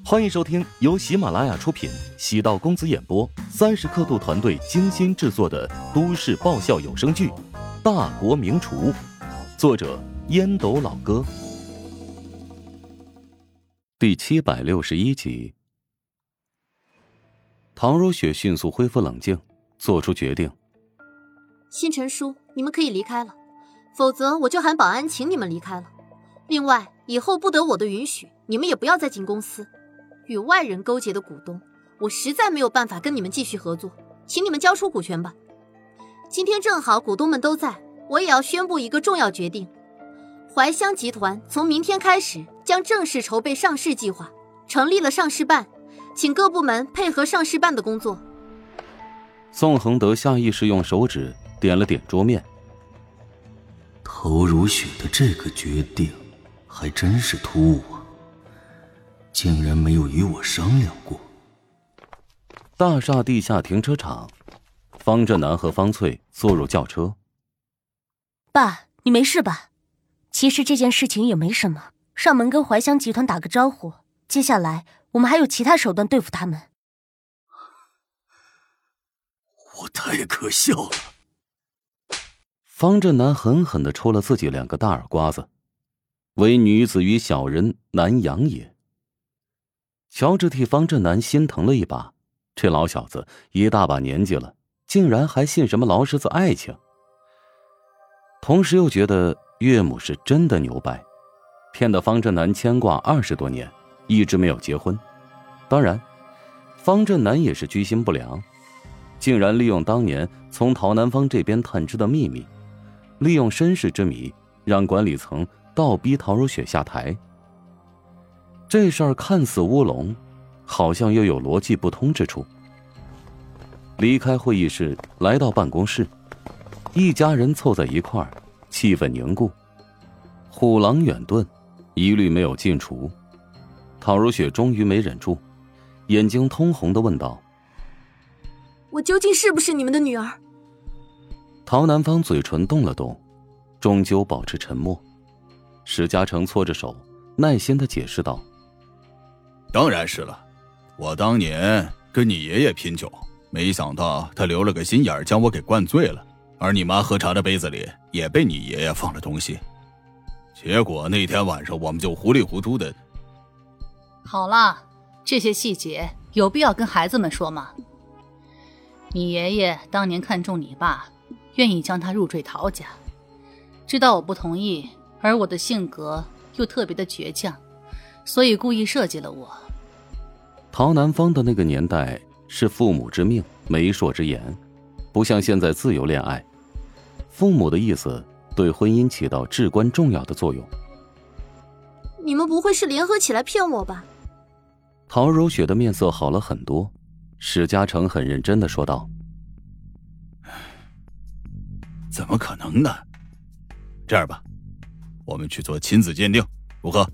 欢迎收听由喜马拉雅出品，喜道公子演播，30刻度团队精心制作的都市爆笑有声剧《大国名厨》，作者烟斗老哥，第761集。唐如雪迅速恢复冷静，做出决定。 新陈叔，你们可以离开了，否则我就喊保安请你们离开了。另外，以后不得我的允许，你们也不要再进公司。与外人勾结的股东，我实在没有办法跟你们继续合作，请你们交出股权吧。今天正好股东们都在，我也要宣布一个重要决定。怀香集团从明天开始将正式筹备上市计划，成立了上市办，请各部门配合上市办的工作。 宋恒德下意识用手指点了点桌面。 陶如雪的这个决定还真是突兀啊，竟然没有与我商量过。 大厦地下停车场，方振南和方翠坐入轿车。 爸，你没事吧？其实这件事情也没什么，上门跟怀香集团打个招呼，接下来我们还有其他手段对付他们。 我太可笑了。 方振南狠狠地抽了自己2个大耳刮子，唯女子与小人难养也。乔治替方振南心疼了一把，这老小子一大把年纪了，竟然还信什么劳什子爱情。同时又觉得岳母是真的牛掰，骗得方振南牵挂20多年，一直没有结婚。当然，方振南也是居心不良，竟然利用当年从陶南方这边探知的秘密，利用身世之谜，让管理层倒逼陶如雪下台。这事儿看似乌龙，好像又有逻辑不通之处。离开会议室，来到办公室，一家人凑在一块儿，气氛凝固。虎狼远遁，一律没有进厨。陶如雪终于没忍住，眼睛通红地问道： 我究竟是不是你们的女儿？ 陶南方嘴唇动了动，终究保持沉默。史嘉诚搓着手，耐心地解释道： 当然是了，我当年跟你爷爷拼酒，没想到他留了个心眼将我给灌醉了，而你妈喝茶的杯子里也被你爷爷放了东西，结果那天晚上我们就糊里糊涂的。 好了，这些细节有必要跟孩子们说吗？你爷爷当年看中你爸，愿意将他入赘陶家，知道我不同意，而我的性格又特别的倔强，所以故意设计了我。 陶南方的那个年代是父母之命，媒妁之言，不像现在自由恋爱，父母的意思对婚姻起到至关重要的作用。 你们不会是联合起来骗我吧？ 陶如雪的面色好了很多，史嘉诚很认真地说道： 怎么可能呢？这样吧，我们去做亲子鉴定，如何？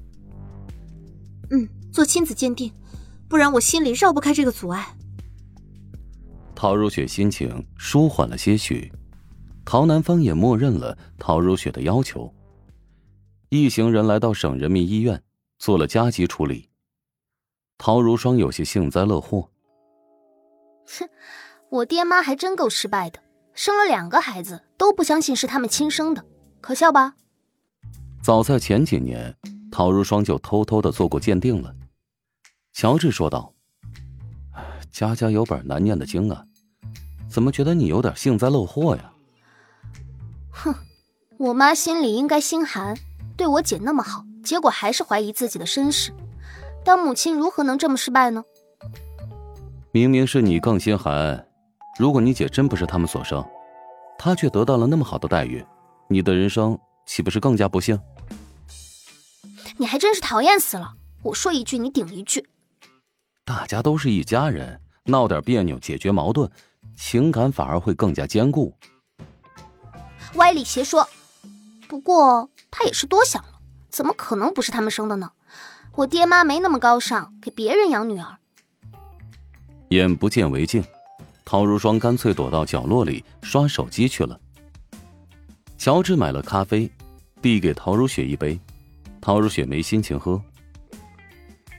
做亲子鉴定，不然我心里绕不开这个阻碍。 陶如雪心情舒缓了些许，陶南方也默认了陶如雪的要求。一行人来到省人民医院，做了加急处理。陶如霜有些幸灾乐祸： 哼，我爹妈还真够失败的，生了2个孩子都不相信是他们亲生的，可笑吧？ 早在前几年，陶如霜就偷偷地做过鉴定了。乔治说道：家家有本难念的经啊，怎么觉得你有点幸灾乐祸呀？ 哼，我妈心里应该心寒，对我姐那么好，结果还是怀疑自己的身世。当母亲如何能这么失败呢？ 明明是你更心寒，如果你姐真不是他们所生，她却得到了那么好的待遇，你的人生岂不是更加不幸？ 你还真是讨厌死了，我说一句你顶一句。 大家都是一家人，闹点别扭解决矛盾，情感反而会更加坚固。 歪理邪说。不过他也是多想了，怎么可能不是他们生的呢？我爹妈没那么高尚，给别人养女儿。 眼不见为净，陶如霜干脆躲到角落里刷手机去了。乔治买了咖啡，递给陶如雪一杯，陶如雪没心情喝。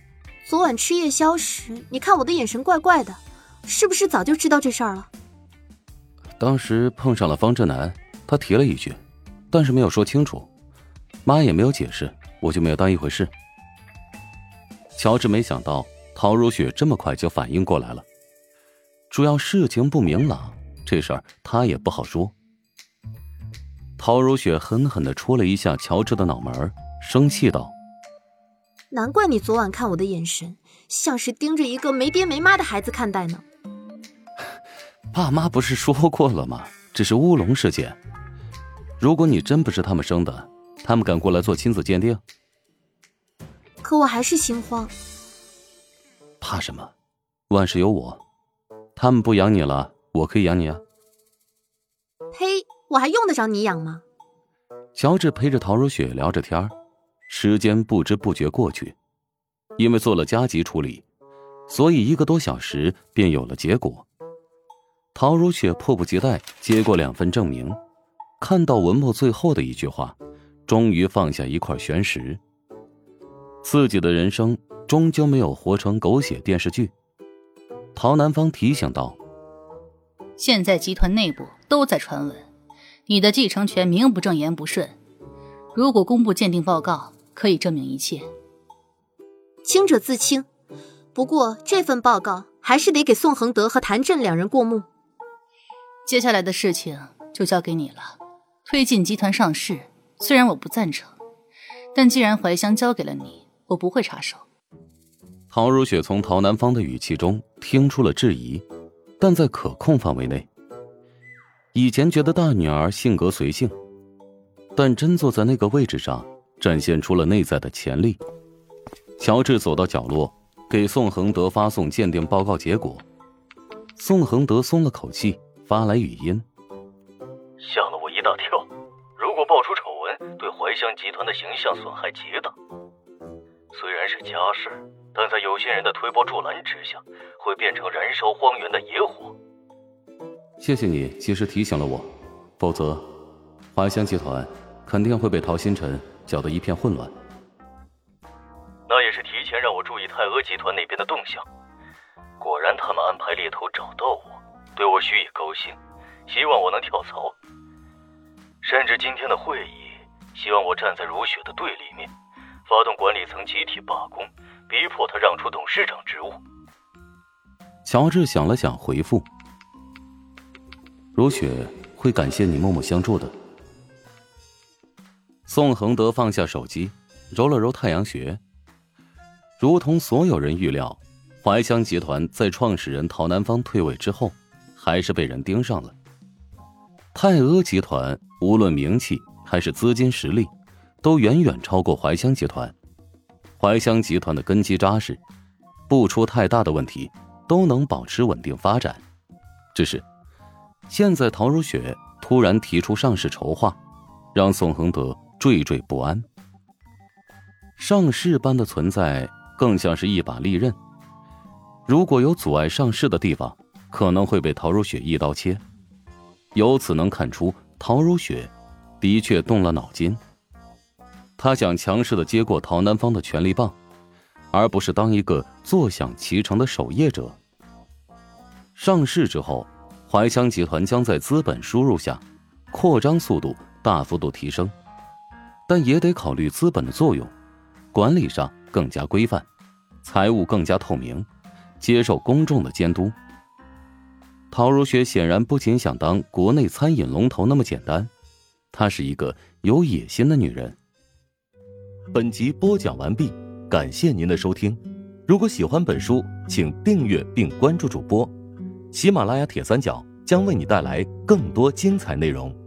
昨晚吃夜宵时，你看我的眼神怪怪的，是不是早就知道这事儿了？ 当时碰上了方志南，他提了一句，但是没有说清楚，妈也没有解释，我就没有当一回事。乔治没想到陶如雪这么快就反应过来了，主要事情不明朗，这事儿他也不好说。陶如雪狠狠地戳了一下乔治的脑门，生气道： 难怪你昨晚看我的眼神像是盯着一个没爹没妈的孩子看待呢。 爸妈不是说过了吗？这是乌龙事件，如果你真不是他们生的，他们敢过来做亲子鉴定？ 可我还是心慌。 怕什么？万事有我，他们不养你了，我可以养你啊。 呸，我还用得着你养吗？ 乔治陪着陶如雪聊着天，时间不知不觉过去。因为做了加急处理，所以1个多小时便有了结果。陶如雪迫不及待接过2份证明，看到文末最后的一句话，终于放下一块悬石。自己的人生终究没有活成狗血电视剧。陶南方提醒道： 现在集团内部都在传闻，你的继承权名不正言不顺，如果公布鉴定报告，可以证明一切。 清者自清，不过这份报告还是得给宋恒德和谭震2人过目。 接下来的事情就交给你了，推进集团上市，虽然我不赞成，但既然怀香交给了你，我不会插手。 陶如雪从陶南方的语气中听出了质疑，但在可控范围内。以前觉得大女儿性格随性，但真坐在那个位置上，展现出了内在的潜力。乔治走到角落，给宋恒德发送鉴定报告结果。宋恒德松了口气，发来语音： 吓了我一大跳，如果爆出丑闻，对怀香集团的形象损害极大。虽然是家事，但在有心人的推波助澜之下，会变成燃烧荒原的野火。 谢谢你及时提醒了我，否则怀香集团肯定会被陶新辰搅得一片混乱。 那也是提前让我注意泰俄集团那边的动向，果然他们安排猎头找到我，对我许以高薪，希望我能跳槽。甚至今天的会议，希望我站在如雪的对立面，发动管理层集体罢工，逼迫他让出董事长职务。 乔治想了想回复：如雪会感谢你默默相助的。宋恒德放下手机，揉了揉太阳穴。如同所有人预料，怀香集团在创始人陶南方退位之后，还是被人盯上了。泰俄集团无论名气还是资金实力，都远远超过怀香集团。怀香集团的根基扎实，不出太大的问题，都能保持稳定发展。只是现在陶如雪突然提出上市筹划，让宋恒德惴惴不安。上市般的存在更像是一把利刃，如果有阻碍上市的地方，可能会被陶如雪一刀切。由此能看出，陶如雪的确动了脑筋。他想强势地接过陶南方的权力棒，而不是当一个坐享其成的守业者。上市之后，怀香集团将在资本输入下，扩张速度大幅度提升，但也得考虑资本的作用，管理上更加规范，财务更加透明，接受公众的监督。陶如雪显然不仅想当国内餐饮龙头那么简单，她是一个有野心的女人。 本集播讲完毕，感谢您的收听。如果喜欢本书，请订阅并关注主播。喜马拉雅铁三角将为你带来更多精彩内容。